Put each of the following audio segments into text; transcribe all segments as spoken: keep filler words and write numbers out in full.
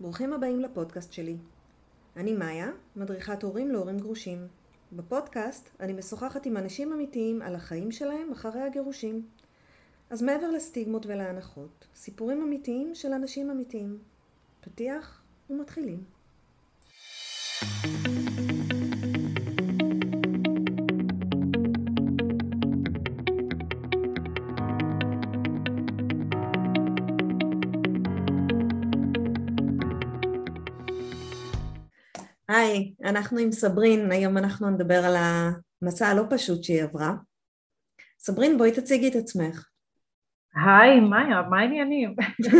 ברוכים הבאים לפודקאסט שלי. אני מאיה, מדריכת הורים להורים גרושים. בפודקאסט אני משוחחת עם אנשים אמיתיים על החיים שלהם אחרי הגירושים. אז מעבר לסטיגמות ולהנחות, סיפורים אמיתיים של אנשים אמיתיים. פתיח ומתחילים. היי, אנחנו עם סברין, היום אנחנו נדבר על המסע הלא פשוט שהיא עברה. סברין, בואי תציגי את עצמך. היי, מאיה, מה העניינים?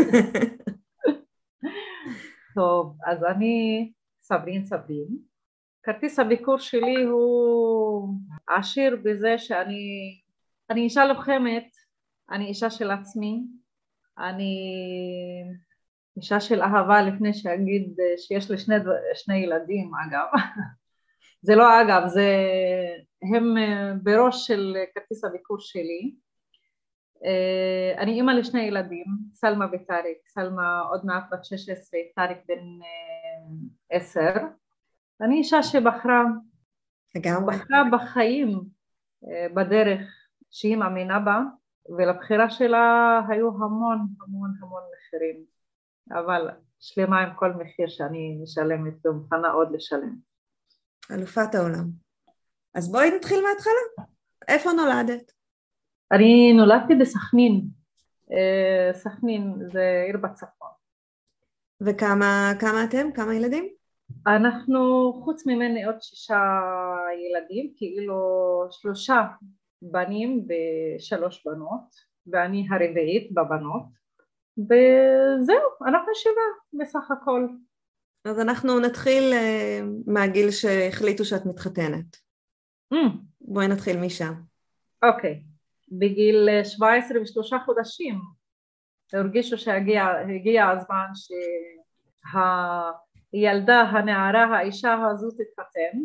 טוב, אז אני סברין סברין. כרטיס הביקור שלי הוא עשיר בזה שאני אני אישה לוחמת, אני אישה של עצמי, אני אישה של אהבה לפני שאגיד שיש לי שני, שני ילדים אגב. זה לא אגב, זה הם בראש של כרטיס הביקור שלי. אני אימא לשני ילדים, סלמה וטאריק, סלמה עוד מעט בת שש עשרה, טאריק בן עשר. אני אישה שבחרה, בחרה בחיים, בדרך שהיא מאמינה בה, ולבחירה שלה היו המון המון המון מחירים, אבל שלמה עם כל מחיר שאני משלמת ומוכנה עוד לשלם. אלופת העולם. אז בואי נתחיל מההתחלה. איפה נולדת? אני נולדתי בסכנין, סכנין זה עיר בצפון. וכמה כמה אתם? כמה ילדים? אנחנו חוץ ממני עוד שישה ילדים, כאילו שלושה בנים ושלוש בנות, ואני הרביעית בבנות, וזהו, אנחנו שבעה בסך הכל. אז אנחנו נתחיל uh, מהגיל שהחליטו שאת מתחתנת. Mm. בואי נתחיל משם. אוקיי. Okay. בגיל שבע עשרה ושלושה חודשים הרגישו שהגיע הזמן שהילדה, הנערה, האישה הזו תתחתן.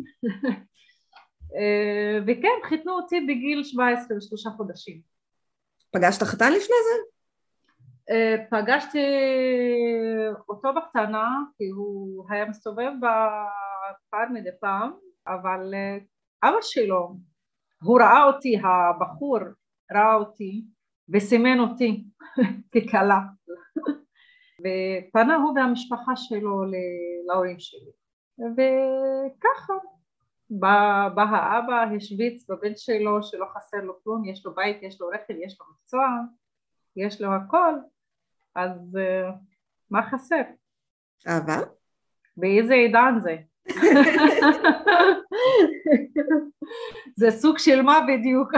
וכן, חיתנו אותי בגיל שבע עשרה ושלושה חודשים. פגשת חתן לפני זה? פגשתי אותו בקטנה, כי הוא היה מסתובב בכפר מדי פעם, אבל אבא שלו, הוא ראה אותי, הבחור ראה אותי וסימן אותי כקלה, ופנה הוא והמשפחה שלו להורים שלי, וככה בא, בא האבא, השוויץ בבן שלו שלא חסר לו כלום, יש לו בית, יש לו רכב, יש לו מקצוע, יש לו הכל, אז מה חסר? אהבה? באיזה עידן זה? זה סוג של מה בדיוק?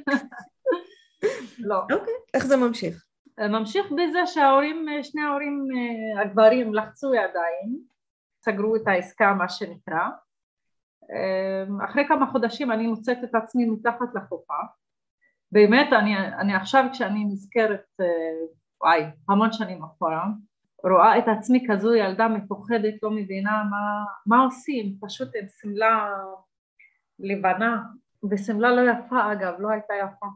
לא. אוקיי, איך זה ממשיך? ממשיך בזה שההורים, שני ההורים הגברים לחצו ידיים, סגרו את העסקה מה שנקרא. אחרי כמה חודשים אני מוצאת את עצמי מתחת לחופה. באמת אני, אני עכשיו כשאני נזכרת, וואי, המון שנים אחורה, רואה את עצמי כזו ילדה מפוחדת, לא מבינה מה, מה עושים, פשוט עם סמלה לבנה, וסמלה לא יפה אגב, לא הייתה יפה.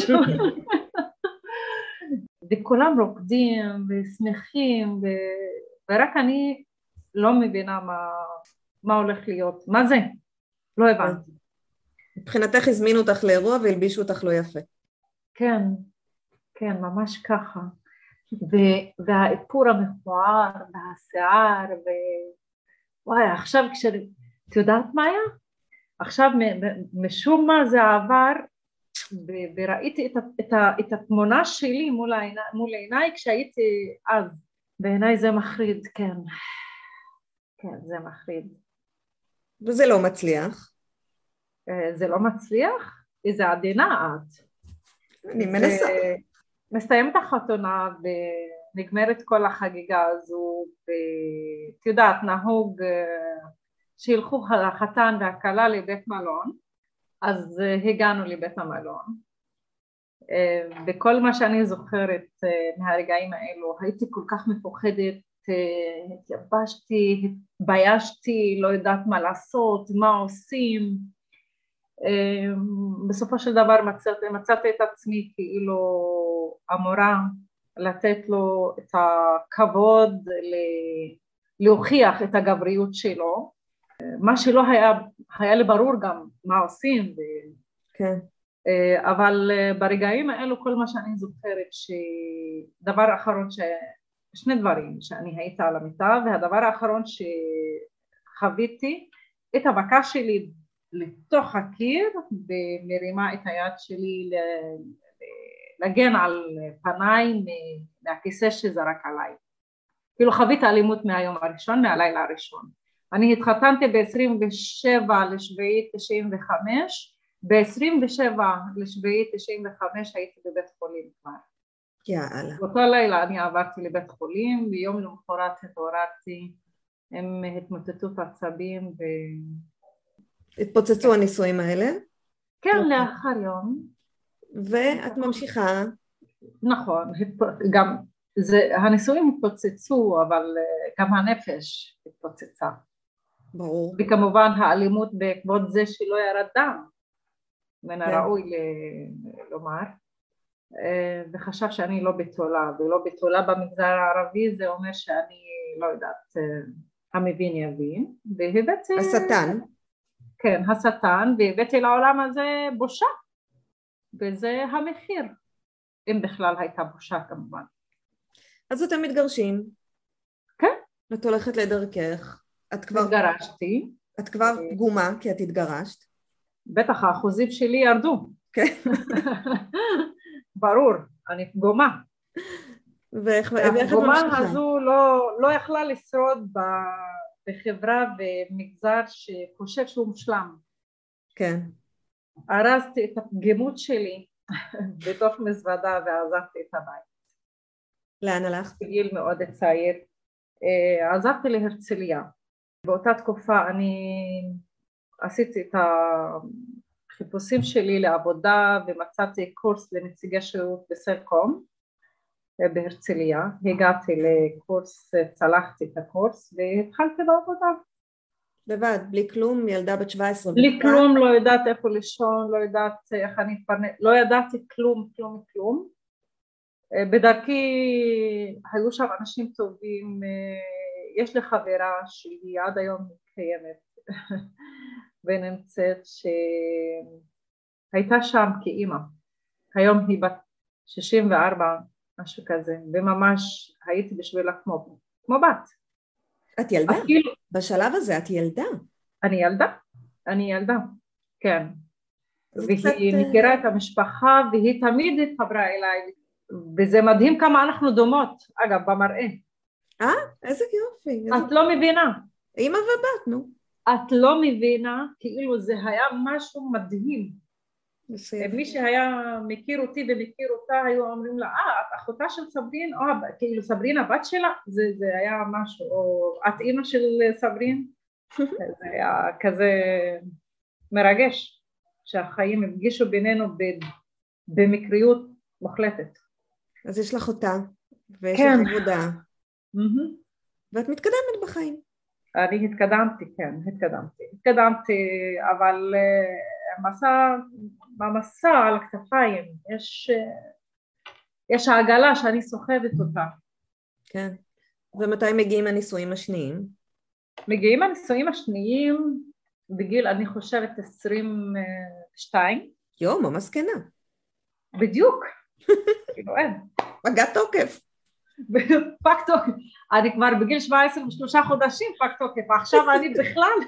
וכולם רוקדים ושמחים, ו... ורק אני לא מבינה מה, מה הולך להיות, מה זה? לא הבנתי. מבחינתך הזמינו אותך לאירוע והלבישו אותך לא יפה. כן, כן, ממש ככה. ו- והאיפור המכוער והשיער ו... וואי, עכשיו כשאני, את יודעת מה היה? עכשיו מ- משום מה זה עבר, ו- וראיתי את, ה- את, ה- את התמונה שלי מול, העיני, מול עיניי כשהייתי אז, בעיניי זה מחריד, כן, כן, זה מחריד. וזה לא מצליח. זה לא מצליח? איזה עדינה את. אני מנסה. מסתיימת החתונה ונגמרת כל החגיגה הזו, ואת יודעת, נהוג שילכו החתן והכלה לבית מלון, אז הגענו לבית המלון, וכל מה שאני זוכרת מהרגעים האלו, הייתי כל כך מפוחדת, התייבשתי, התביישתי, לא יודעת מה לעשות, מה עושים, בסופו של דבר מצאתי, מצאתי את עצמי כאילו אמורה לתת לו את הכבוד להוכיח את הגבריות שלו, מה שלא היה, היה לי ברור גם מה עושים, ו... כן. אבל ברגעים האלו כל מה שאני זוכרת שדבר האחרון, ש... שני דברים, שאני הייתה על המיטה, והדבר האחרון שחוויתי את המכה שלי לתוך הקיר ומרימה את היד שלי לגן על פניי מהכיסא שזרק עליי. כאילו חווית אלימות מהיום הראשון, מהלילה הראשון. אני התחתנתי ב-עשרים ושבעה לשביעי תשעים וחמש, ב-עשרים ושבעה לשביעי תשעים וחמש הייתי בבית חולים כבר. יאללה. באותו לילה אני עברתי לבית חולים, ביום למחרת התעוררתי עם התמוטטות עצבים ו... התפוצצו הניסויים האלה? כן, לאחר יום. ואת ממשיכה? נכון, גם זה, הניסויים התפוצצו, אבל גם הנפש התפוצצה. ברור. וכמובן האלימות בעקבות זה שלא ירד דם, מן הראוי ל- לומר. וחשב שאני לא בתולה, ולא בתולה במגזר הערבי, זה אומר שאני לא יודעת, המבין יבין. והבאתי... השטן. כן, השטן, והבאתי לעולם הזה בושה. וזה המחיר, אם בכלל הייתה בושה כמובן. אז אתם מתגרשים. כן. את הולכת לדרכך. את כבר... התגרשתי. את כבר פגומה, כי את התגרשת. בטח האחוזים שלי ירדו. כן. ברור, אני פגומה. ואיך את הפגומה ממשיכה? הזו לא, לא יכלה לשרוד בחברה ומגזר שחושב שהוא מושלם. כן. הרסתי את הפגימות שלי בתוך מזוודה ועזבתי את הבית. לאן הלכת? בגיל מאוד צעיר. עזבתי להרצליה. באותה תקופה אני עשיתי את החיפושים שלי לעבודה ומצאתי קורס לנציגי שירות בסלקום בהרצליה. הגעתי לקורס, צלחתי את הקורס והתחלתי בעבודה. לבד, בלי כלום, ילדה בת שבע עשרה. בלי כלום, לא יודעת איפה לישון, לא יודעת איך אני אתפרנס, לא ידעתי כלום, כלום, כלום. בדרכי היו שם אנשים טובים, יש לי חברה שהיא עד היום קיימת ונמצאת, שהייתה שם כאימא, היום היא בת שישים וארבע, משהו כזה, וממש הייתי בשבילה כמו, כמו בת. את ילדה? אפילו, בשלב הזה את ילדה? אני ילדה, אני ילדה, כן. והיא קצת... מכירה את המשפחה והיא תמיד התחברה אליי, וזה מדהים כמה אנחנו דומות, אגב, במראה. אה? איזה יופי. איזה... את לא מבינה. אמא ובת, נו. את לא מבינה, כאילו זה היה משהו מדהים. מי שהיה מכיר אותי ומכיר אותה, היו אומרים לה, אה, את אחותה של סברין, או כאילו סברין הבת שלה, זה, זה היה משהו, או את אימא של סברין, זה היה כזה מרגש, שהחיים הפגישו בינינו במקריות מוחלטת. אז יש לך אותה, ויש כן. לך עבודה, Mm-hmm. ואת מתקדמת בחיים. אני התקדמתי, כן, התקדמתי. התקדמתי, אבל uh, מסע, במסע על הכתפיים, יש, uh, יש העגלה שאני סוחבת אותה. כן. ומתי מגיעים הנישואים השניים? מגיעים הנישואים השניים בגיל, אני חושבת, עשרים ושתיים. יום, ממש זקנה. בדיוק. כאילו אין. פגע תוקף. פג תוקף. אני כבר בגיל שבע עשרה ושלושה חודשים פג תוקף. עכשיו אני בכלל.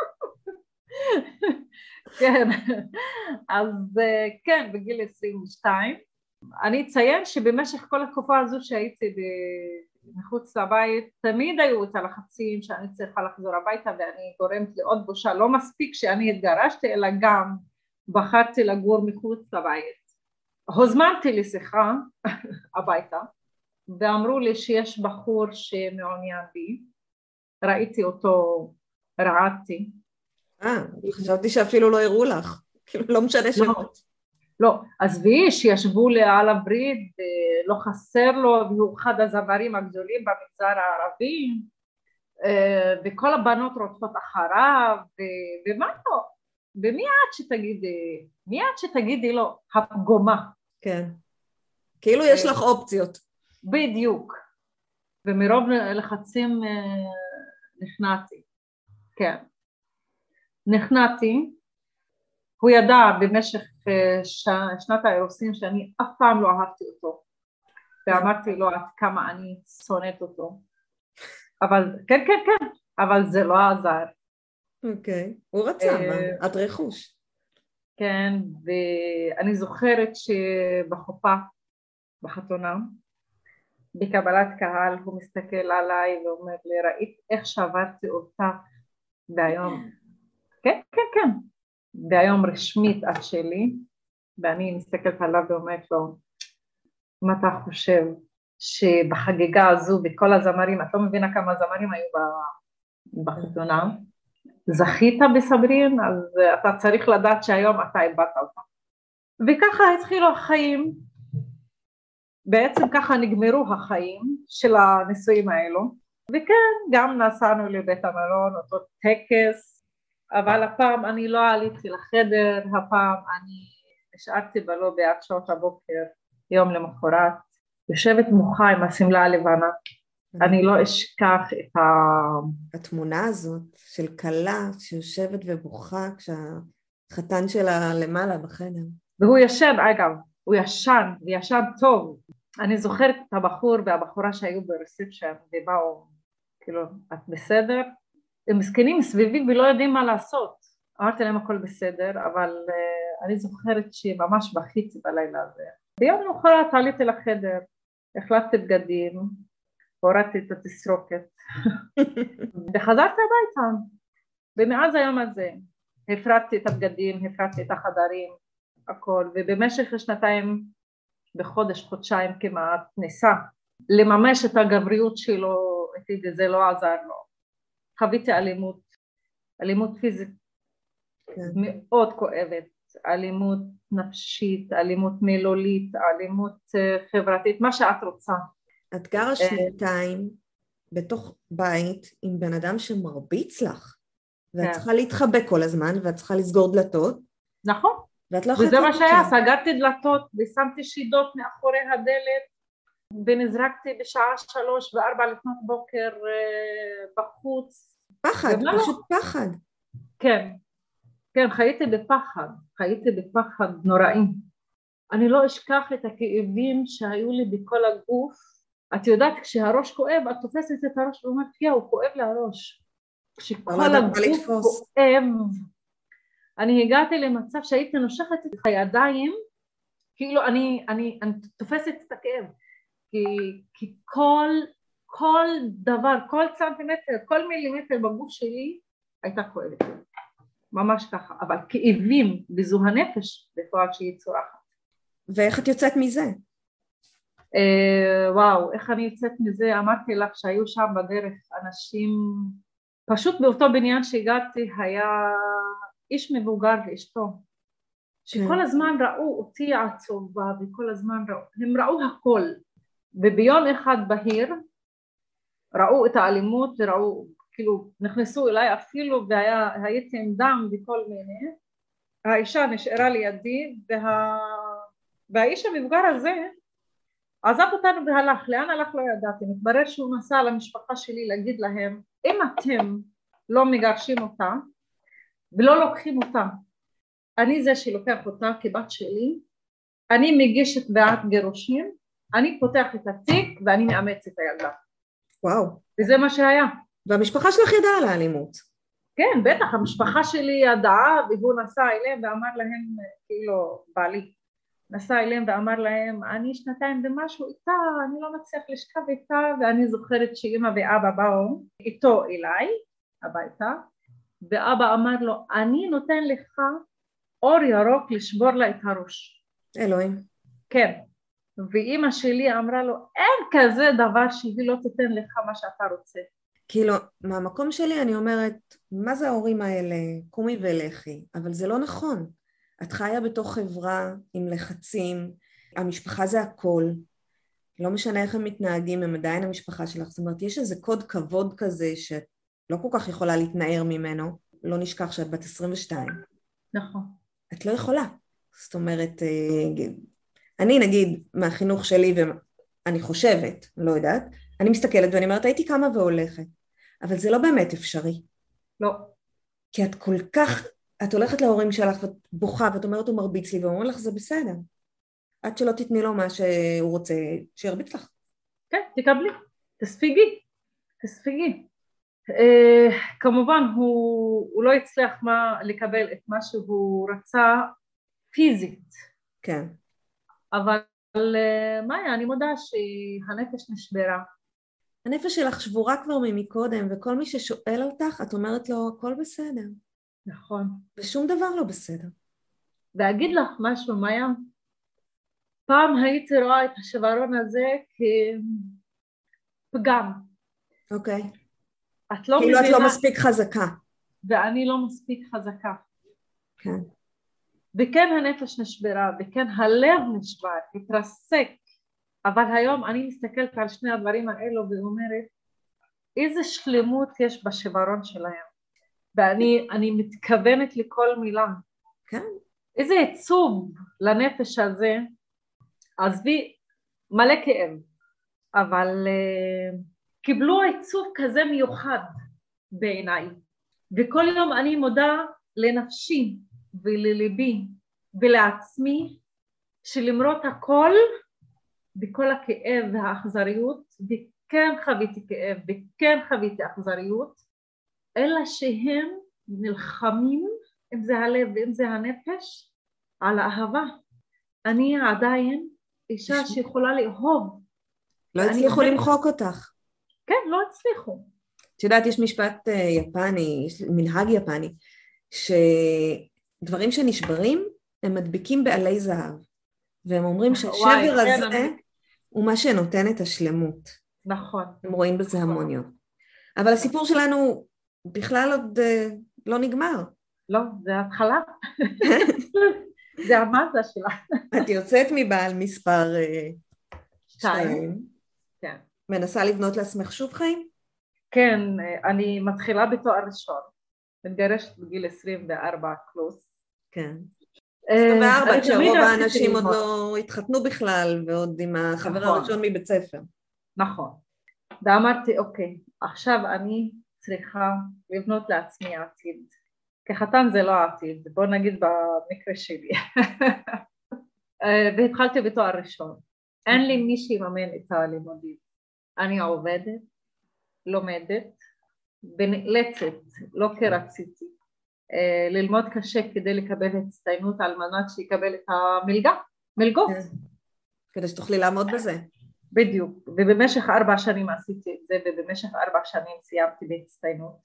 כן. אז כן, בגיל עשרים ושתיים. אני אציין שבמשך כל התקופה הזו שהייתי מחוץ לבית, תמיד היו את הלחצים שאני צריכה לחזור הביתה, ואני גורמת לעוד בושה. לא מספיק שאני התגרשתי, אלא גם בחרתי לגור מחוץ לבית. הוזמנתי לשיחה הביתה, ואמרו לי שיש בחור שמעוניין בי, ראיתי אותו, רעדתי. אה, חשבתי שאפילו לא הראו לך, כאילו לא משנה שמות. לא, אז ואיש ישבו לי על הברית, לא חסר לו, והוא אחד הזמרים הגדולים במגזר הערבי, וכל הבנות רודפות אחריו, ומה לא? ומי עד שתגידי, מי עד שתגידי לו, הפגומה. כן, כאילו יש לך אופציות. בדיוק, ומרוב לחצים נכנעתי, כן. נכנעתי, הוא ידע במשך ש... שנת האירוסין שאני אף פעם לא אהבתי אותו, ואמרתי לו עד כמה אני שונאת אותו, אבל כן, כן, כן, אבל זה לא עזר. אוקיי, הוא רצה, מה? את רכוש. כן, ואני זוכרת שבחופה, בחתונה, בקבלת קהל, הוא מסתכל עליי ואומר לי, ראית איך שעברתי אותה ביום, כן, כן, כן, ביום רשמית את שלי, ואני מסתכלת עליו ואומרת לו, מה אתה חושב שבחגיגה הזו, בכל הזמרים, את לא מבינה כמה זמרים היו בחתונה, זכית בסברין, אז אתה צריך לדעת שהיום אתה איבדת אותה. וככה התחילו החיים, בעצם ככה נגמרו החיים של הנישואים האלו, וכן, גם נסענו לבית המלון, אותו טקס, אבל הפעם אני לא עליתי לחדר, הפעם אני נשארתי בלובי עד שעות הבוקר, יום למחרת, יושבת מוחה עם הסמלה הלבנה, אני לא אשכח את ה... התמונה הזאת של קלה שיושבת ובוכה כשהחתן שלה למעלה בחדר. והוא ישן, אגב, הוא ישן, וישן טוב. אני זוכרת את הבחור והבחורה שהיו ברספשן, ובאו, כאילו, את בסדר? הם מסכנים סביבי ולא יודעים מה לעשות. אמרתי להם הכל בסדר, אבל uh, אני זוכרת שממש בכיתי בלילה הזה. ביום למחרת עליתי לחדר, החלטתי בגדים, הורדתי את התסרוקת, וחזרתי הביתה. ומאז היום הזה, הפרדתי את הבגדים, הפרדתי את החדרים, הכל, ובמשך שנתיים, בחודש, חודשיים כמעט, ניסה לממש את הגבריות שלו, וזה לא עזר לו. חוויתי אלימות, אלימות פיזית מאוד כואבת, אלימות נפשית, אלימות מילולית, אלימות חברתית, מה שאת רוצה. את גרה שנתיים בתוך בית עם בן אדם שמרביץ לך, ואת צריכה להתחבא כל הזמן, ואת צריכה לסגור דלתות. נכון. וזה מה שהיה, סגרתי דלתות ושמתי שידות מאחורי הדלת, ונזרקתי בשעה שלוש וארבע לפנות בוקר בחוץ. פחד, פשוט פחד. כן, כן, חייתי בפחד, חייתי בפחד נוראי. אני לא אשכח את הכאבים שהיו לי בכל הגוף. את יודעת, כשהראש כואב, את תופסת את הראש ואומרת, יא, הוא כואב להראש. כשכל הגוף כואב, אני הגעתי למצב שהייתי נושכת את הידיים, כאילו אני, אני, אני תופסת את הכאב, כי, כי כל, כל דבר, כל סנטימטר, כל מילימטר בגוף שלי הייתה כואבת. ממש ככה, אבל כאבים וזו הנפש בפועל שהיא צורחת. ואיך את יוצאת מזה? אה, וואו, איך אני יוצאת מזה? אמרתי לך שהיו שם בדרך אנשים, פשוט באותו בניין שהגעתי היה איש מבוגר ואשתו, שכל הזמן ראו אותי עצובה, וכל הזמן ראו, הם ראו הכל, וביום אחד בהיר ראו את האלימות וראו, כאילו נכנסו אליי אפילו והייתי עם דם וכל מיני, האישה נשארה לידי, וה... והאיש המבוגר הזה עזב אותנו והלך, לאן הלך לא ידעתי, מתברר שהוא נסע למשפחה שלי להגיד להם, אם אתם לא מגרשים אותה ולא לוקחים אותה, אני זה שלוקח אותה כבת שלי, אני מגיש את תביעת גירושים, אני פותח את התיק ואני מאמץ את הילדה. וואו. וזה מה שהיה. והמשפחה שלך ידעה על האלימות. כן, בטח, המשפחה שלי ידעה, והוא נסע אליהם ואמר להם, כאילו, בעלי, נסע אליהם ואמר להם, אני שנתיים במשהו איתה, אני לא מצליח לשכב איתה, ואני זוכרת שאמא ואבא באו איתו אליי, הביתה, ואבא אמר לו, אני נותן לך אור ירוק לשבור לה את הראש. אלוהים. כן, ואמא שלי אמרה לו, אין כזה דבר שהיא לא תיתן לך מה שאתה רוצה. כאילו, מהמקום שלי אני אומרת, מה זה ההורים האלה, קומי ולכי, אבל זה לא נכון. את חיה בתוך חברה עם לחצים, המשפחה זה הכל, לא משנה איך הם מתנהגים, הם עדיין המשפחה שלך, זאת אומרת, יש איזה קוד כבוד כזה שאת לא כל כך יכולה להתנער ממנו, לא נשכח שאת בת עשרים ושתיים. נכון. את לא יכולה. זאת אומרת, אני נגיד מהחינוך שלי, ואני חושבת, לא יודעת, אני מסתכלת ואני אומרת, הייתי קמה והולכת. אבל זה לא באמת אפשרי. לא. כי את כל כך, את הולכת להורים שלך ואת בוכה ואת אומרת הוא מרביץ לי, ואומרים לך זה בסדר. עד שלא תתני לו מה שהוא רוצה, שירביץ לך. כן, תקבלי, תספיגי, תספיגי. Uh, כמובן הוא, הוא לא הצליח מה, לקבל את מה שהוא רצה פיזית. כן. אבל uh, מאיה, אני מודה שהנפש נשברה. הנפש שלך שבורה כבר ממקודם, וכל מי ששואל אותך, את אומרת לו, הכל בסדר. נכון. ושום דבר לא בסדר. ואגיד לך משהו, מאיה, פעם הייתי רואה את השברון הזה כפגם. אוקיי. את לא כאילו מבינה... את לא מספיק חזקה. ואני לא מספיק חזקה. כן. וכן הנפש נשברה, וכן הלב נשבר, התרסק. אבל היום אני מסתכלת על שני הדברים האלו ואומרת, איזה שלמות יש בשברון שלהם. ואני אני מתכוונת לכל מילה. כן. איזה עצוב לנפש הזה, עזבי מלא כאב, אבל uh, קיבלו עצוב כזה מיוחד בעיניי. וכל יום אני מודה לנפשי וללבי ולעצמי, שלמרות הכל, בכל הכאב והאכזריות, וכן חוויתי כאב וכן חוויתי אכזריות, אלא שהם נלחמים, אם זה הלב ואם זה הנפש, על האהבה. אני עדיין אישה שיכולה לאהוב. לא הצליחו למחוק אותך. כן, לא הצליחו. את יודעת, יש משפט יפני, יש מנהג יפני, שדברים שנשברים הם מדביקים בעלי זהב, והם אומרים שהשבר הזה הוא מה שנותן את השלמות. נכון. הם רואים בזה המון יום. אבל הסיפור שלנו בכלל עוד לא נגמר. לא, זה התחלה. זה המאזה שלה. את יוצאת מבעל מספר שתיים. כן. מנסה לבנות לעצמך שוב חיים? כן, אני מתחילה בתואר ראשון. מתגרשת בגיל עשרים וארבע פלוס. כן. עשרים וארבע, כשרוב האנשים עוד לא התחתנו בכלל, ועוד עם החבר הראשון מבית ספר. נכון. ואמרתי, אוקיי, עכשיו אני צריכה לבנות לעצמי עתיד. כחתן זה לא עתיד, בוא נגיד במקרה שלי. והתחלתי בתואר ראשון. אין לי מי שיממן את הלימודים. אני עובדת, לומדת, ונאלצת, לא כרציתי, ללמוד קשה כדי לקבל הצטיינות על מנת שיקבל את המלגה, מלגות. כדי שתוכלי לעמוד בזה. בדיוק, ובמשך ארבע שנים עשיתי את זה, ובמשך ארבע שנים סיימתי בהצטיינות.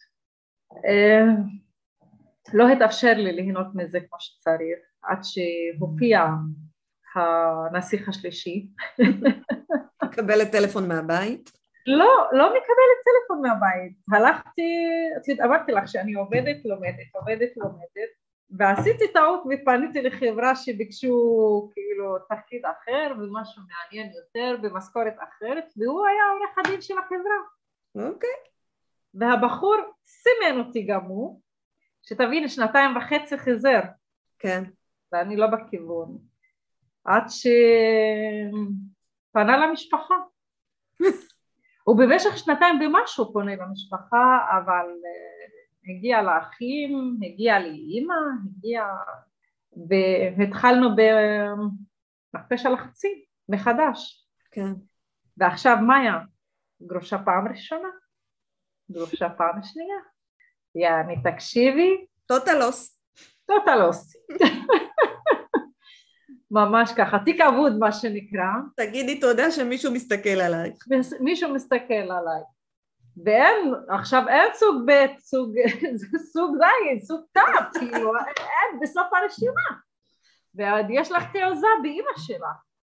לא התאפשר לי ליהנות מזה כמו שצריך, עד שהופיע הנסיך השלישי. מקבלת טלפון מהבית? לא, לא מקבלת טלפון מהבית. הלכתי, אמרתי לך שאני עובדת, לומדת, עובדת, לומדת, ועשיתי טעות ופניתי לחברה שביקשו כאילו תפקיד אחר ומשהו מעניין יותר במשכורת אחרת, והוא היה עורך הדין של החברה. אוקיי. והבחור סימן אותי גם הוא, שתבין שנתיים וחצי חזר. כן. ואני לא בכיוון. עד שפנה למשפחה. ובמשך שנתיים במשהו פונה למשפחה, אבל הגיע לאחים, הגיע לאמא, הגיע, והתחלנו במכפש הלחצים מחדש. כן. ועכשיו מאיה, גרושה פעם ראשונה, גרושה פעם שנייה. יעני, תקשיבי. טוטלוס. טוטלוס. ממש ככה, תיק אבוד מה שנקרא. תגידי תודה שמישהו מסתכל עליי. מישהו מסתכל עליי. ואין, עכשיו אין סוג ב', סוג, סוג זין, סוג טאפ, כאילו, אין בסוף הרשימה. ועוד יש לך תעוזה באמא שלה.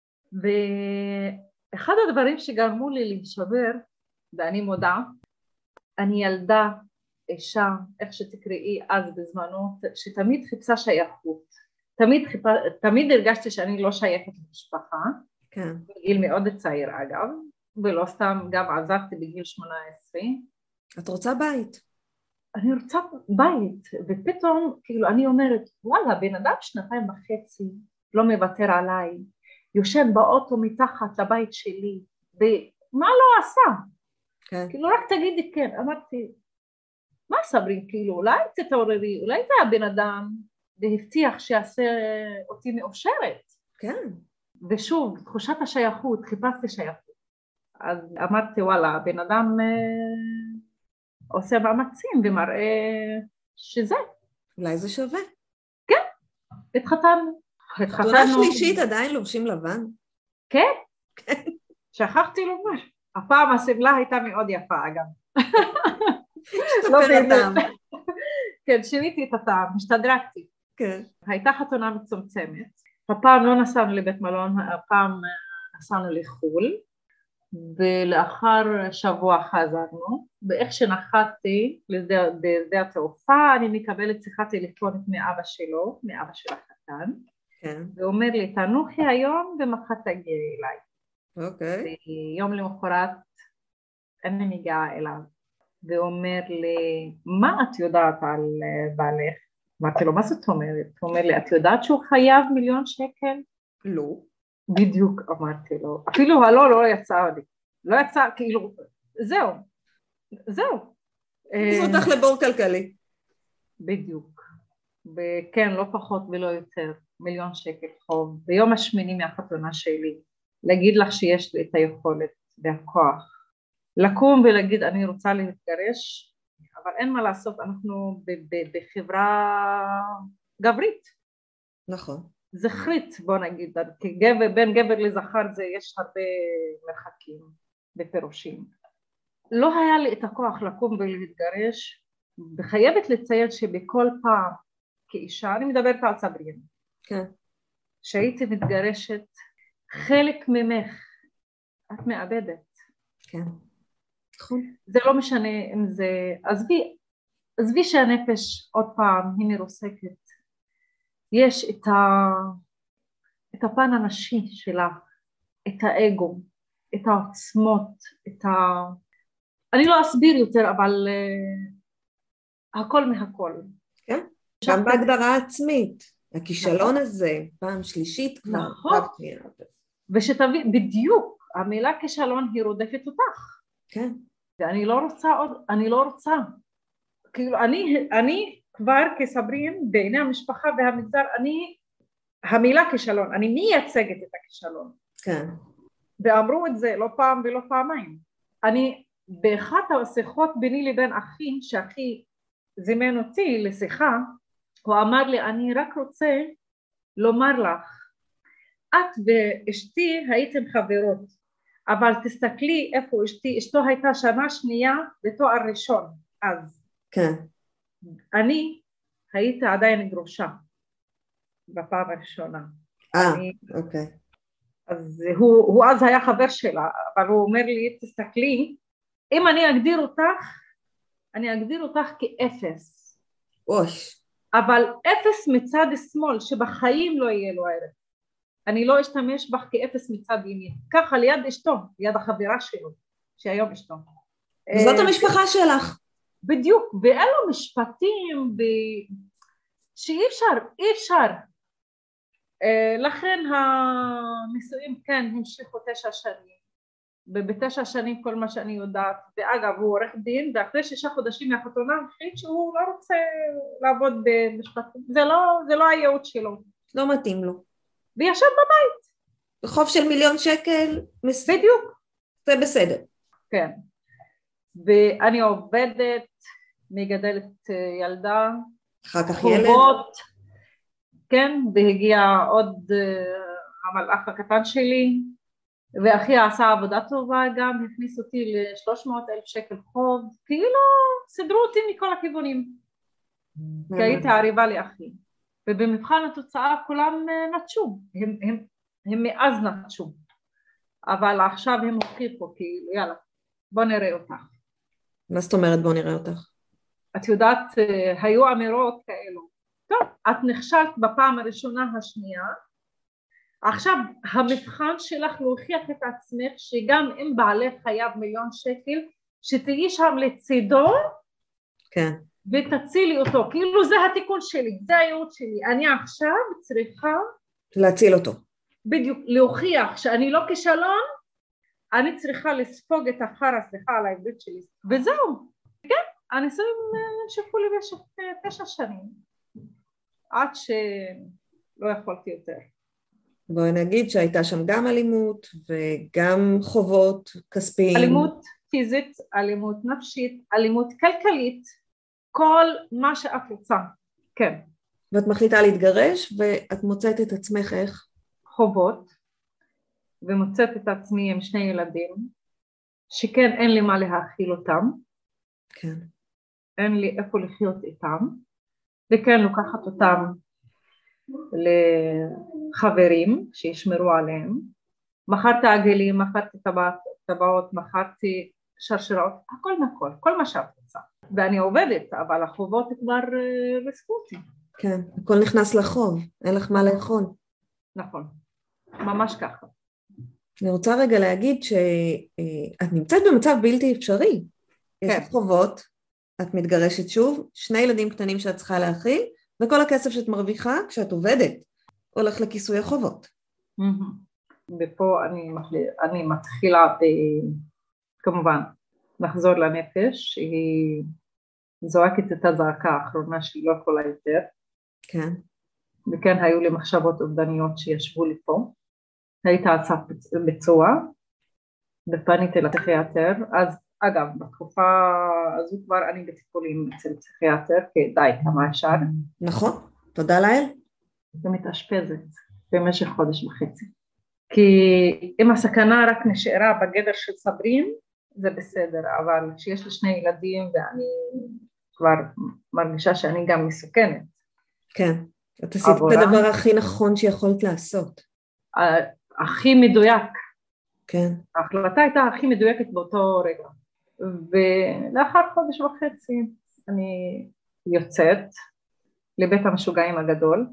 ואחד הדברים שגרמו לי להישבר, ואני מודה, אני ילדה, אישה, איך שתקראי אז בזמנו, שתמיד חיפשה שייכות. תמיד, חיפ... תמיד הרגשתי שאני לא שייכת למשפחה, כן. בגיל מאוד צעיר אגב, ולא סתם גם עזבתי בגיל שמונה עשרה. את רוצה בית? אני רוצה בית, ופתאום כאילו אני אומרת, וואלה, בן אדם שנתיים וחצי לא מוותר עליי, יושן באוטו מתחת לבית שלי, ומה לא עשה? כן. כאילו רק תגידי כן. אמרתי, מה סברין, כאילו, אולי תתעוררי, אולי זה הבן אדם והבטיח שיעשה אותי מאושרת. כן. ושוב, תחושת השייכות, חיפשתי שייכות. אז אמרתי, וואלה, הבן אדם אה, עושה מאמצים ומראה שזה. אולי זה שווה. כן, התחתנו. חתונה שלישית עדיין לובשים לבן? כן, כן. שכחתי לומר. הפעם הסמלה הייתה מאוד יפה, אגב. השתפר הטעם. כן, שיניתי את הטעם, השתדרגתי. כן. הייתה חתונה מצומצמת. הפעם לא נסענו לבית מלון, הפעם נסענו לחול, ולאחר שבוע חזרנו, ואיך שנחתתי בשדה התעופה, אני מקבלת שיחת טלפונית מאבא שלו, מאבא של החתן, כן. ואומר לי, תנוחי היום ומחר תגיעי אליי. אוקיי. ויום למחרת אני מגיעה אליו, ואומר לי, מה את יודעת על בעלך? אמרתי לו, מה זאת אומרת? הוא אומר לי, את יודעת שהוא חייב מיליון שקל? לא. בדיוק אמרתי לו, אפילו הלא לא יצא לי, לא יצא, כאילו, זהו, זהו. זה אותך לבור כלכלי. בדיוק, וכן, לא פחות ולא יותר, מיליון שקל חוב, ביום השמיני מהחתונה שלי, להגיד לך שיש לי את היכולת והכוח, לקום ולהגיד אני רוצה להתגרש, אבל אין מה לעשות, אנחנו בחברה גברית. נכון. זכרית, בוא נגיד, כי גבר, בין גבר לזכר זה יש הרבה מרחקים ופירושים. לא היה לי את הכוח לקום ולהתגרש, וחייבת לציין שבכל פעם כאישה, אני מדברת על סברין, כן. שהייתי מתגרשת, חלק ממך את מאבדת. כן. נכון. זה לא משנה אם זה, עזבי, עזבי שהנפש עוד פעם היא מרוסקת, יש את, ה, את הפן הנשי שלה, את האגו, את העוצמות, את ה... אני לא אסביר יותר, אבל uh, הכל מהכל. כן, גם בהגדרה עצמית, הכישלון הזה, פעם שלישית כבר. נכון, ושתביא, בדיוק, המילה כישלון היא רודפת אותך. כן. ואני לא רוצה עוד, אני לא רוצה. כאילו, אני, אני כבר כסברין, בעיני המשפחה והמגזר, אני, המילה כישלון, אני מייצגת את הכישלון. כן. ואמרו את זה לא פעם ולא פעמיים. אני, באחת השיחות ביני לבין אחי, שאחי זימן אותי לשיחה, הוא אמר לי, אני רק רוצה לומר לך, את ואשתי הייתם חברות, אבל תסתכלי איפה אשתי, אשתו הייתה שנה שנייה בתואר ראשון, אז. כן. אני הייתי עדיין גרושה, בפעם הראשונה. אה, אוקיי. אז הוא, הוא אז היה חבר שלה, אבל הוא אומר לי, תסתכלי, אם אני אגדיר אותך, אני אגדיר אותך כאפס. אוש. אבל אפס מצד שמאל, שבחיים לא יהיה לו ערך. אני לא אשתמש בך כאפס מצד ימין. ככה ליד אשתו, ליד החברה שלו, שהיום אשתו. וזאת המשפחה שלך. בדיוק, ואלו משפטים ב... שאי אפשר, אי אפשר. לכן הנישואים כן המשיכו תשע שנים. ובתשע שנים כל מה שאני יודעת, ואגב הוא עורך דין, ואחרי שישה חודשים מהחתונה החליט שהוא לא רוצה לעבוד במשפטים, זה לא, זה לא הייעוד שלו. לא מתאים לו. וישב בבית. בחוב של מיליון שקל. בדיוק. זה בסדר. כן. ואני עובדת, מגדלת ילדה. אחר כך חובות, ילד. כן, והגיע עוד המלאך הקטן שלי, ואחי עשה עבודה טובה גם, הכניס אותי ל-שלוש מאות אלף שקל חוב, כאילו סדרו אותי מכל הכיוונים, כי הייתי עריבה לאחי, ובמבחן התוצאה כולם נטשו, הם, הם, הם מאז נטשו, אבל עכשיו הם הוכיחו, כאילו יאללה, בוא נראה אותך. מה זאת אומרת בוא נראה אותך? את יודעת, היו אמירות כאלו, טוב, את נכשלת בפעם הראשונה השנייה, עכשיו המבחן שלך להוכיח את עצמך שגם אם בעלך חייב מיליון שקל, שתהיי שם לצידו, כן. ותצילי אותו, כאילו זה התיקון שלי, זה הייעוד שלי, אני עכשיו צריכה להציל אותו. בדיוק, להוכיח שאני לא כישלון, אני צריכה לספוג את החרא, סליחה על העברית שלי, וזהו. כן, הנישואים נמשכו לי במשך תשע שנים, עד שלא יכולתי יותר. בואי נגיד שהייתה שם גם אלימות וגם חובות כספיים. אלימות פיזית, אלימות נפשית, אלימות כלכלית, כל מה שאת רוצה, כן. ואת מחליטה להתגרש ואת מוצאת את עצמך איך? חובות, ומוצאת את עצמי עם שני ילדים, שכן אין לי מה להאכיל אותם, כן. אין לי איפה לחיות איתם, וכן לוקחת אותם לחברים שישמרו עליהם, מכרתי עגלים, מכרתי טבעות, מכרתי שרשראות, הכל נכל, כל מה שאת רוצה, ואני עובדת, אבל החובות כבר ריסקו אותי. כן, הכל נכנס לחוב, אין לך מה לאכול. נכון, ממש ככה. אני רוצה רגע להגיד שאת נמצאת במצב בלתי אפשרי. יש לך חובות, את מתגרשת שוב, שני ילדים קטנים שאת צריכה להאכיל, וכל הכסף שאת מרוויחה כשאת עובדת הולך לכיסוי החובות. ופה אני, אני מתחילה ב, כמובן לחזור לנפש, שהיא זועקת את הזעקה האחרונה שהיא לא יכולה יותר. כן. וכן היו לי מחשבות אובדניות שישבו לי פה. הייתה הצעת ביצוע, ופניתי לפסיכיאטר, אז אגב, בתקופה הזו כבר אני בטיפולים אצל פסיכיאטר, כי די, כמה אפשר. נכון, תודה לאל. ומתאשפזת במשך חודש וחצי. כי אם הסכנה רק נשארה בגדר של סברין, זה בסדר, אבל שיש לי שני ילדים ואני כבר מרגישה שאני גם מסוכנת. כן, את עשית את הדבר הכי נכון שיכולת לעשות. הכי מדויק. כן. ההחלטה הייתה הכי מדויקת באותו רגע. ולאחר חודש וחצי אני יוצאת לבית המשוגעים הגדול,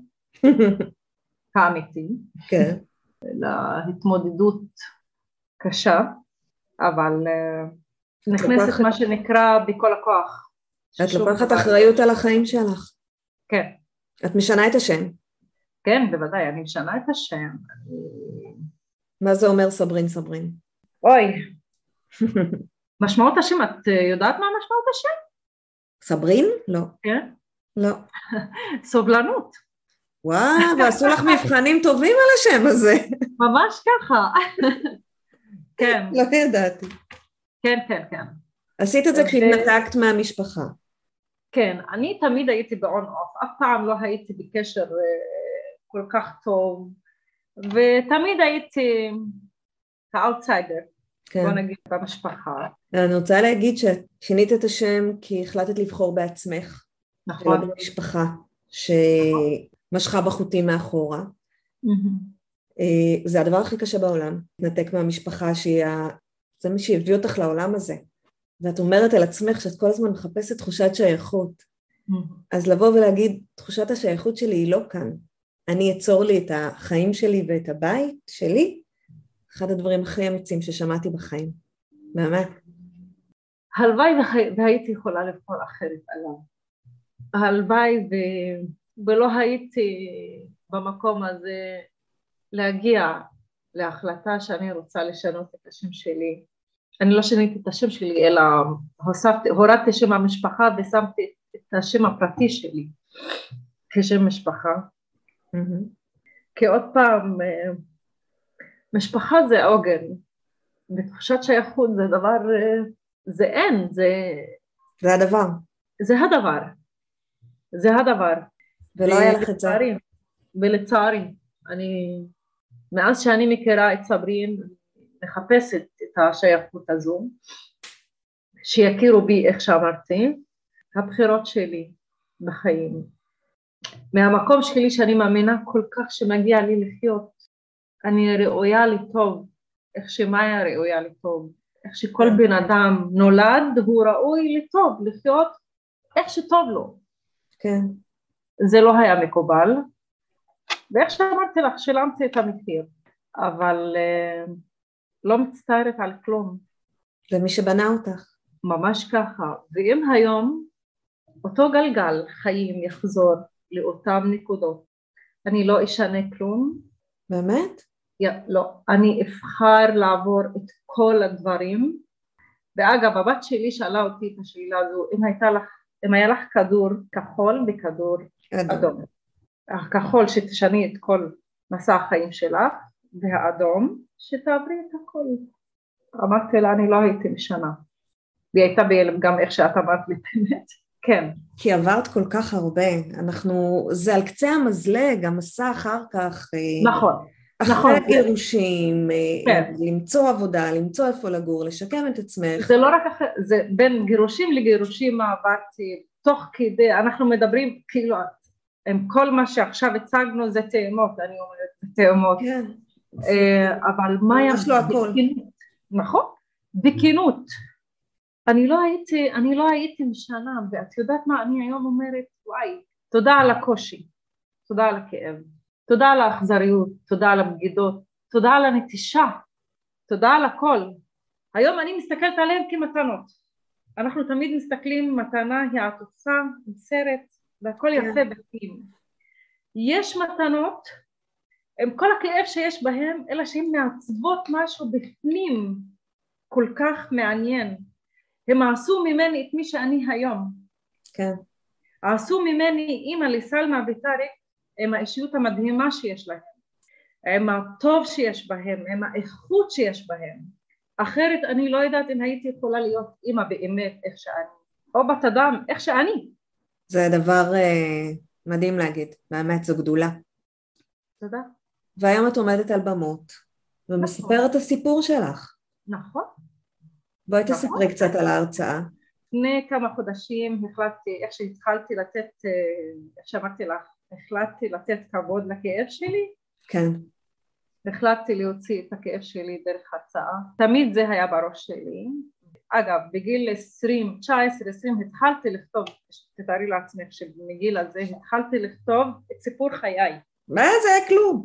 האמיתי, כן. להתמודדות קשה, אבל נכנסת מה שנקרא בכל הכוח. את לוקחת אחריות על החיים שלך. כן. את משנה את השם. כן, בוודאי, אני משנה את השם. מה זה אומר סברין סברין? אוי. משמעות השם, את יודעת מה משמעות השם? סברין? לא. כן? לא. סובלנות. וואו, ועשו לך מבחנים טובים על השם הזה. ממש ככה. כן. לא ידעתי. כן, כן, כן. עשית את זה כשהתנתקת מהמשפחה. כן, אני תמיד הייתי באון אוף, אף פעם לא הייתי בקשר כל כך טוב, ותמיד הייתי האוטסיידר, כן. בוא נגיד במשפחה. אני רוצה להגיד ששינית את השם כי החלטת לבחור בעצמך. נכון. ולא במשפחה שמשכה בחוטים מאחורה. זה הדבר הכי קשה בעולם, להתנתק מהמשפחה שהיא, זה מי שהביא אותך לעולם הזה. ואת אומרת על עצמך שאת כל הזמן מחפשת תחושת שייכות. אז לבוא ולהגיד, תחושת השייכות שלי היא לא כאן. אני אצור לי את החיים שלי ואת הבית שלי, אחד הדברים הכי אמיצים ששמעתי בחיים. באמת. הלוואי והייתי יכולה לבחור אחרת עליו. הלוואי ו... ולא הייתי במקום הזה להגיע להחלטה שאני רוצה לשנות את השם שלי. אני לא שיניתי את השם שלי, אלא הוספתי, הורדתי שם המשפחה ושמתי את השם הפרטי שלי כשם משפחה. Mm-hmm. כי עוד פעם, משפחה זה עוגן, ותחושת שייכות זה דבר, זה אין, זה... זה הדבר. זה הדבר. זה הדבר. ולא היה לך את זה. ולצערי, אני, מאז שאני מכירה את סברין, מחפשת את השייכות הזו, שיכירו בי איך שאמרתי, הבחירות שלי בחיים. מהמקום שלי שאני מאמינה כל כך שמגיע לי לחיות, אני ראויה לטוב, איך שמאיה ראויה לטוב, איך שכל בן אדם נולד, הוא ראוי לטוב, לחיות איך שטוב לו. כן. זה לא היה מקובל, ואיך שאמרתי לך, שילמתי את המחיר, אבל uh, לא מצטערת על כלום. זה מי שבנה אותך. ממש ככה, ואם היום אותו גלגל חיים יחזור לאותם נקודות, אני לא אשנה כלום. באמת? לא, אני אבחר לעבור את כל הדברים. ואגב, הבת שלי שאלה אותי את השאלה הזו, אם הייתה לך, אם היה לך כדור כחול וכדור אדום. אדום. הכחול שתשני את כל מסע החיים שלך, והאדום שתעברי את הכל. אמרתי לה, אני לא הייתי משנה. והיא הייתה בהלם גם איך שאת אמרת לי באמת. כן. כי עברת כל כך הרבה, אנחנו, זה על קצה המזלג, המסע אחר כך. נכון. אחרי נכון. הגירושים, כן. למצוא עבודה, למצוא איפה לגור, לשקם את עצמך. זה לא רק אחרי, זה בין גירושים לגירושים עברתי, תוך כדי, אנחנו מדברים כאילו, עם כל מה שעכשיו הצגנו זה תאומות, אני אומרת, זה תאומות. כן. אבל מה היה בכנות, נכון? בכנות. אני לא הייתי, אני לא הייתי משנה, ואת יודעת מה, אני היום אומרת, וואי, תודה על הקושי, תודה על הכאב, תודה על האכזריות, תודה על הבגידות, תודה על הנטישה, תודה על הכל. היום אני מסתכלת עליהם כמתנות. אנחנו תמיד מסתכלים, מתנה היא התוצאה, סרט, והכל יפה בפנים. יש מתנות, עם כל הכאב שיש בהם, אלא שהן מעצבות משהו בפנים כל כך מעניין. הם עשו ממני את מי שאני היום. כן. עשו ממני אימא לסלמה וטארק, עם האישיות המדהימה שיש להם, עם הטוב שיש בהם, עם האיכות שיש בהם. אחרת אני לא יודעת אם הייתי יכולה להיות אימא באמת איך שאני, או בת אדם איך שאני. זה דבר uh, מדהים להגיד, באמת זו גדולה. תודה. והיום את עומדת על במות, ומספרת נכון. את הסיפור שלך. נכון. בואי תספרי נכון. קצת על ההרצאה. לפני כמה חודשים החלטתי, איך שהתחלתי לתת, איך שאמרתי לך, החלטתי לתת כבוד לכאב שלי. כן. החלטתי להוציא את הכאב שלי דרך הצעה. תמיד זה היה בראש שלי. אגב, בגיל עשרים, תשע עשרה, עשרים התחלתי לכתוב, תתארי לעצמך שבגיל הזה התחלתי לכתוב את סיפור חיי. מה זה היה כלום?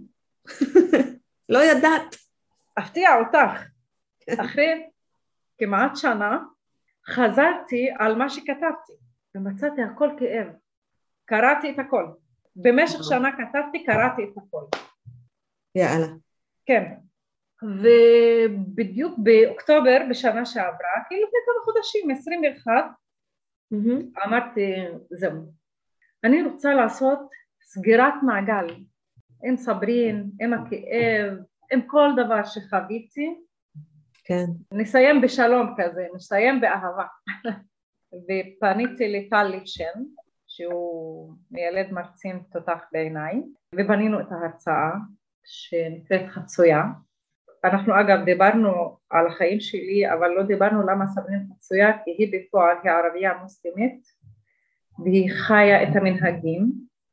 לא ידעת. אפתיע אותך. אחרי כמעט שנה חזרתי על מה שכתבתי ומצאתי הכל כאב. קראתי את הכל. במשך שנה כתבתי, קראתי את הכל. יאללה. כן. ובדיוק באוקטובר בשנה שעברה, כאילו לפני כמה חודשים, עשרים ואחת, mm-hmm. אמרתי, זהו. אני רוצה לעשות סגירת מעגל עם סברין, עם הכאב, עם כל דבר שחוויתי. כן. נסיים בשלום כזה, נסיים באהבה. ופניתי לטל ליפשן, שהוא מיילד מרצים תותח בעיניי, ובנינו את ההרצאה שנקראת חצויה. אנחנו אגב דיברנו על החיים שלי, אבל לא דיברנו למה סברין חצויה, כי היא בפועל היא ערבייה מוסלמית, והיא חיה את המנהגים,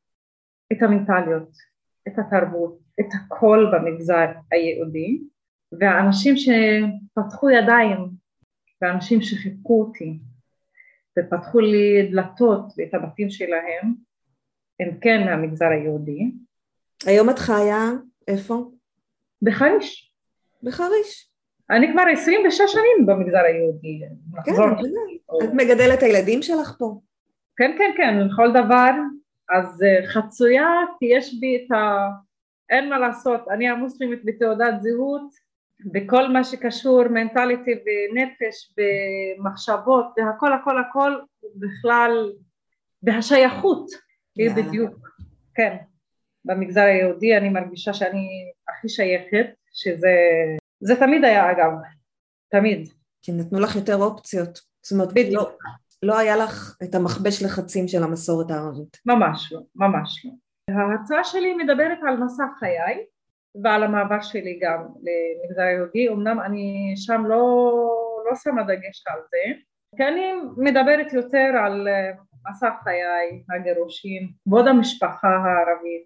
את המנטליות, את התרבות, את הכל במגזר היהודי, והאנשים שפתחו ידיים, והאנשים שחיבקו אותי, ופתחו לי דלתות ואת הבתים שלהם, הם כן מהמגזר היהודי. היום את חיה איפה? בחריש. בחריש. אני כבר עשרים ושש שנים במגזר היהודי. כן, את מגדלת את הילדים שלך פה. כן, כן, כן, לכל דבר. אז חצויה, כי יש בי את ה... אין מה לעשות, אני המוסלמית בתעודת זהות, בכל מה שקשור מנטליטי ונפש ומחשבות והכל הכל הכל בכלל בהשייכות היא בדיוק, כן, במגזר היהודי אני מרגישה שאני הכי שייכת, שזה זה תמיד היה אגב, תמיד. כי נתנו לך יותר אופציות, זאת אומרת בדיוק. לא, לא היה לך את המכבש לחצים של המסורת הערבית. ממש לא, ממש לא. ההרצאה שלי מדברת על מסע חיי, ועל המעבר שלי גם למגזר היהודי, אמנם אני שם לא, לא שמה דגש על זה, כי אני מדברת יותר על מסע חיי, הגירושים, כבוד המשפחה הערבית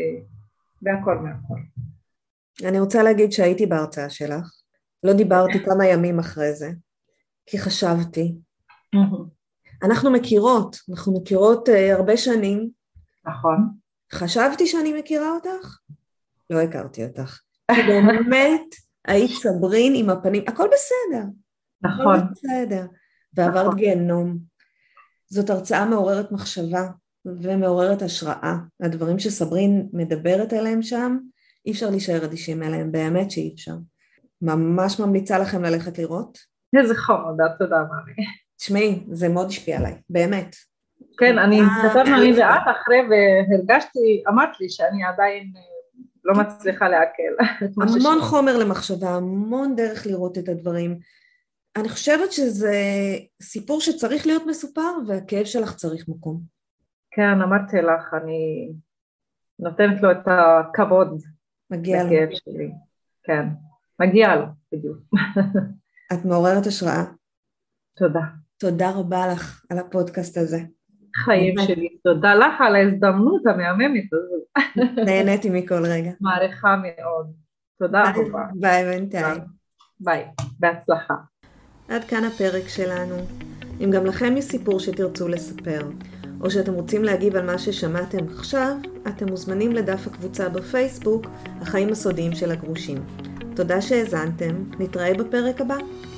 והכל מהכל. אני רוצה להגיד שהייתי בהרצאה שלך, לא דיברתי כמה ימים אחרי זה, כי חשבתי. אנחנו מכירות, אנחנו מכירות הרבה שנים. נכון. חשבתי שאני מכירה אותך? לא הכרתי אותך. כי באמת היית סברין עם הפנים, הכל בסדר. נכון. הכל בסדר. ועברת נכון. גיהנום. זאת הרצאה מעוררת מחשבה ומעוררת השראה. הדברים שסברין מדברת עליהם שם, אי אפשר להישאר אדישים אליהם, באמת שאי אפשר. ממש ממליצה לכם ללכת לראות. איזה חמודה, תודה מאמי. תשמעי, זה מאוד השפיע עליי, באמת. כן, אני כתבנו אני ואת אחרי והרגשתי, אמרת לי שאני עדיין לא מצליחה לעכל. המון חומר למחשבה, המון דרך לראות את הדברים. אני חושבת שזה סיפור שצריך להיות מסופר, והכאב שלך צריך מקום. כן, אמרתי לך, אני נותנת לו את הכבוד. מגיע לו. לכאב שלי. כן, מגיע לו, בדיוק. את מעוררת השראה. תודה. תודה רבה לך על הפודקאסט הזה. חיים שלי, תודה לך על ההזדמנות המהממת הזאת. נהניתי מכל רגע. מעריכה מאוד. תודה רבה. ביי בינתיים. ביי, בהצלחה. עד כאן הפרק שלנו. אם גם לכם יש סיפור שתרצו לספר, או שאתם רוצים להגיב על מה ששמעתם עכשיו, אתם מוזמנים לדף הקבוצה בפייסבוק, החיים הסודיים של הגרושים. תודה שהאזנתם, נתראה בפרק הבא.